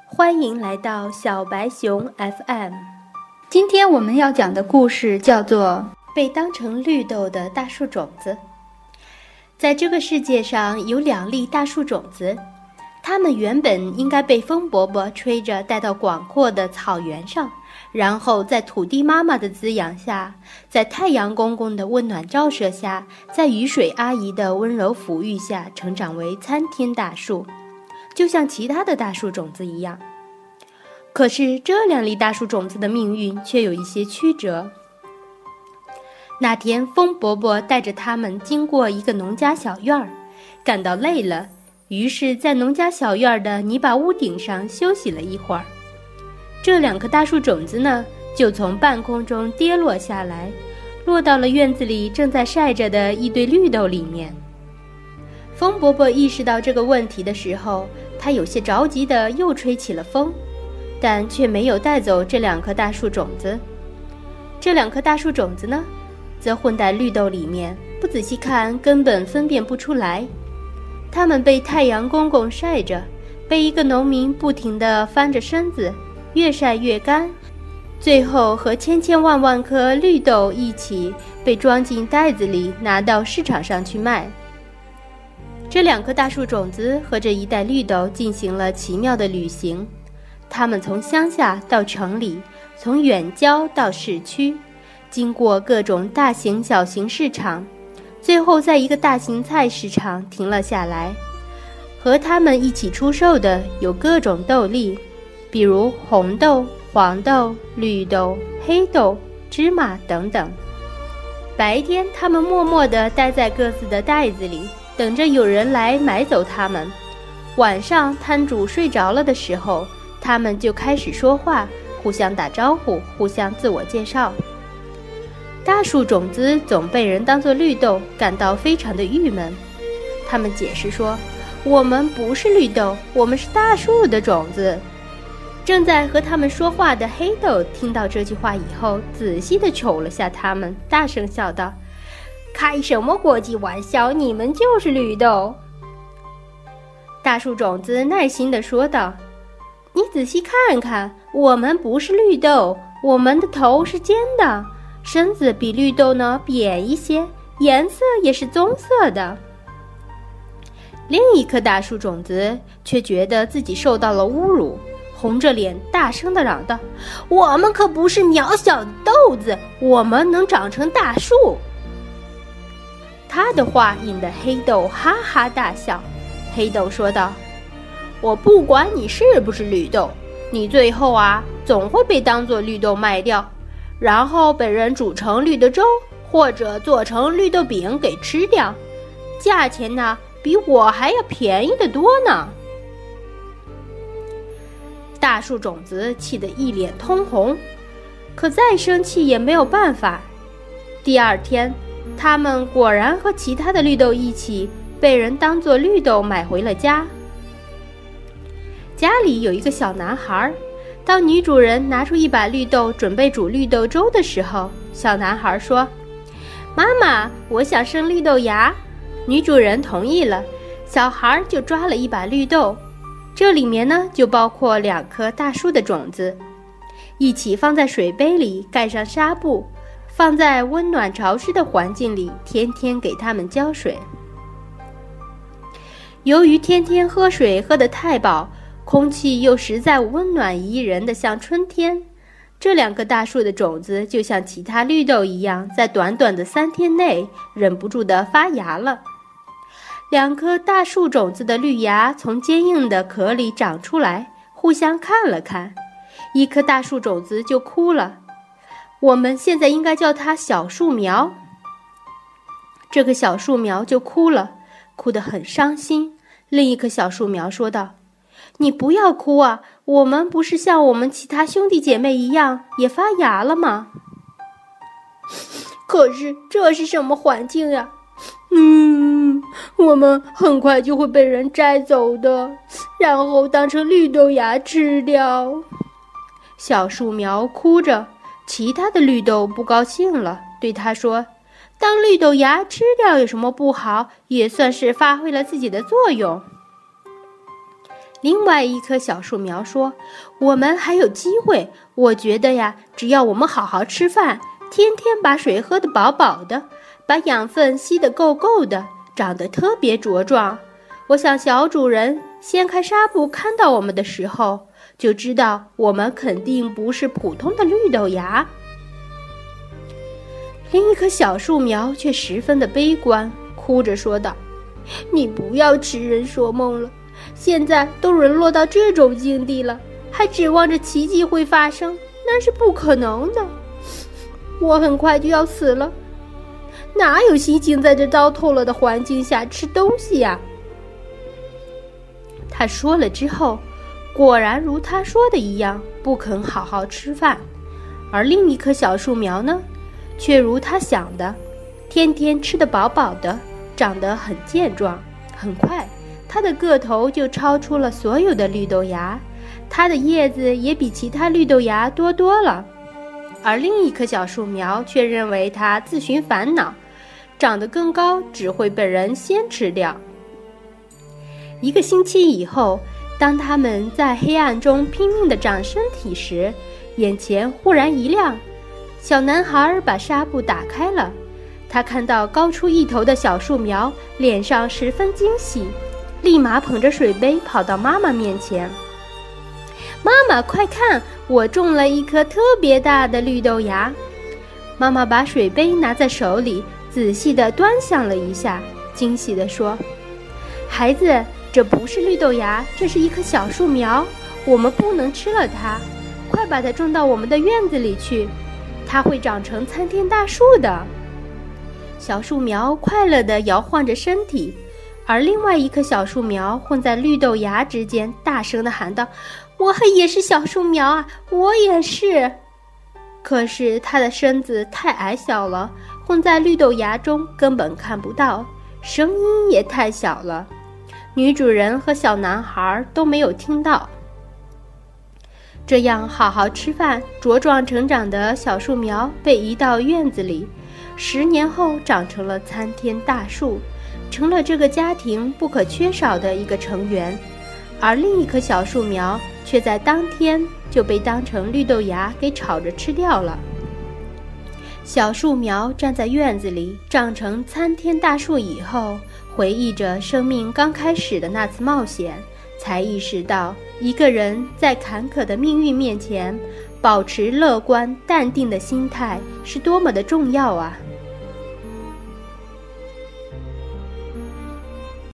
欢迎来到小白熊 FM。 今天我们要讲的故事叫做被当成绿豆的大树种子。在这个世界上有2粒大树种子，它们原本应该被风伯伯吹着带到广阔的草原上，然后在土地妈妈的滋养下，在太阳公公的温暖照射下，在雨水阿姨的温柔抚育下成长为参天大树，就像其他的大树种子一样。可是这2粒大树种子的命运却有一些曲折。那天风伯伯带着他们经过一个农家小院儿，感到累了，于是在农家小院的泥巴屋顶上休息了一会儿。这2颗大树种子呢，就从半空中跌落下来，落到了院子里正在晒着的一堆绿豆里面。风伯伯意识到这个问题的时候，他有些着急地又吹起了风，但却没有带走这2颗大树种子。这2颗大树种子呢，则混在绿豆里面，不仔细看根本分辨不出来。它们被太阳公公晒着，被一个农民不停地翻着身子，越晒越干，最后和千万万颗绿豆一起被装进袋子里，拿到市场上去卖。这2颗大树种子和这一袋绿豆进行了奇妙的旅行，它们从乡下到城里，从远郊到市区，经过各种大型小型市场，最后在一个大型菜市场停了下来。和它们一起出售的有各种豆粒，比如红豆、黄豆、绿豆、黑豆、芝麻等等。白天它们默默地待在各自的袋子里，等着有人来买走它们。晚上摊主睡着了的时候，它们就开始说话，互相打招呼，互相自我介绍。大树种子总被人当作绿豆，感到非常的郁闷。他们解释说，我们不是绿豆，我们是大树的种子。正在和他们说话的黑豆听到这句话以后，仔细地瞅了下他们，大声笑道，开什么国际玩笑，你们就是绿豆。大树种子耐心地说道，你仔细看看，我们不是绿豆，我们的头是尖的，身子比绿豆呢扁一些，颜色也是棕色的。另一颗大树种子却觉得自己受到了侮辱，红着脸大声地嚷道，我们可不是渺小的豆子，我们能长成大树。他的话引得黑豆哈哈大笑。黑豆说道，我不管你是不是绿豆，你最后总会被当作绿豆卖掉，然后被人煮成绿豆粥，或者做成绿豆饼给吃掉，价钱呢比我还要便宜得多呢。大树种子气得一脸通红，可再生气也没有办法。第2天，他们果然和其他的绿豆一起被人当作绿豆买回了家。家里有一个小男孩，当女主人拿出一把绿豆准备煮绿豆粥的时候，小男孩说，妈妈，我想生绿豆芽。女主人同意了，小孩就抓了一把绿豆，这里面呢就包括2颗大树的种子，一起放在水杯里，盖上纱布，放在温暖潮湿的环境里，天天给它们浇水。由于天天喝水喝得太饱，空气又实在温暖宜人的像春天，这2个大树的种子就像其他绿豆一样，在短短的3天内忍不住地发芽了。2颗大树种子的绿芽从坚硬的壳里长出来，互相看了看，一颗大树种子就哭了。我们现在应该叫它小树苗。这个小树苗就哭了，哭得很伤心。另一棵小树苗说道，你不要哭啊，我们不是像我们其他兄弟姐妹一样也发芽了吗？可是这是什么环境呀？我们很快就会被人摘走的，然后当成绿豆芽吃掉。小树苗哭着，其他的绿豆不高兴了，对他说，当绿豆芽吃掉有什么不好，也算是发挥了自己的作用。 另外一棵小树苗说：“我们还有机会，我觉得呀，只要我们好好吃饭，天天把水喝得饱饱的，把养分吸得够够的，长得特别茁壮。我想小主人掀开纱布看到我们的时候，就知道我们肯定不是普通的绿豆芽。”另一棵小树苗却十分的悲观，哭着说道：“你不要痴人说梦了，现在都沦落到这种境地了，还指望着奇迹会发生，那是不可能的。我很快就要死了，哪有心情在这糟透了的环境下吃东西呀？”他说了之后，果然如他说的一样，不肯好好吃饭。而另一棵小树苗呢，却如他想的，天天吃得饱饱的，长得很健壮。很快，它的个头就超出了所有的绿豆芽，它的叶子也比其他绿豆芽多多了。而另一棵小树苗却认为它自寻烦恼，长得更高只会被人先吃掉。1个星期以后，当他们在黑暗中拼命地长身体时，眼前忽然一亮，小男孩把纱布打开了。他看到高出一头的小树苗，脸上十分惊喜，立马捧着水杯跑到妈妈面前：“妈妈，快看，我种了一颗特别大的绿豆芽。”妈妈把水杯拿在手里，仔细地端详了一下，惊喜地说：“孩子，这不是绿豆芽，这是一棵小树苗，我们不能吃了它，快把它种到我们的院子里去，它会长成参天大树的。”小树苗快乐地摇晃着身体，而另外一棵小树苗混在绿豆芽之间，大声地喊道：“我也是小树苗啊，我也是！”可是它的身子太矮小了，混在绿豆芽中根本看不到，声音也太小了，女主人和小男孩都没有听到。这样好好吃饭、茁壮成长的小树苗被移到院子里，10年后长成了参天大树，成了这个家庭不可缺少的一个成员。而另一棵小树苗却在当天就被当成绿豆芽给炒着吃掉了。小树苗站在院子里长成参天大树以后，回忆着生命刚开始的那次冒险，才意识到一个人在坎坷的命运面前保持乐观淡定的心态是多么的重要啊！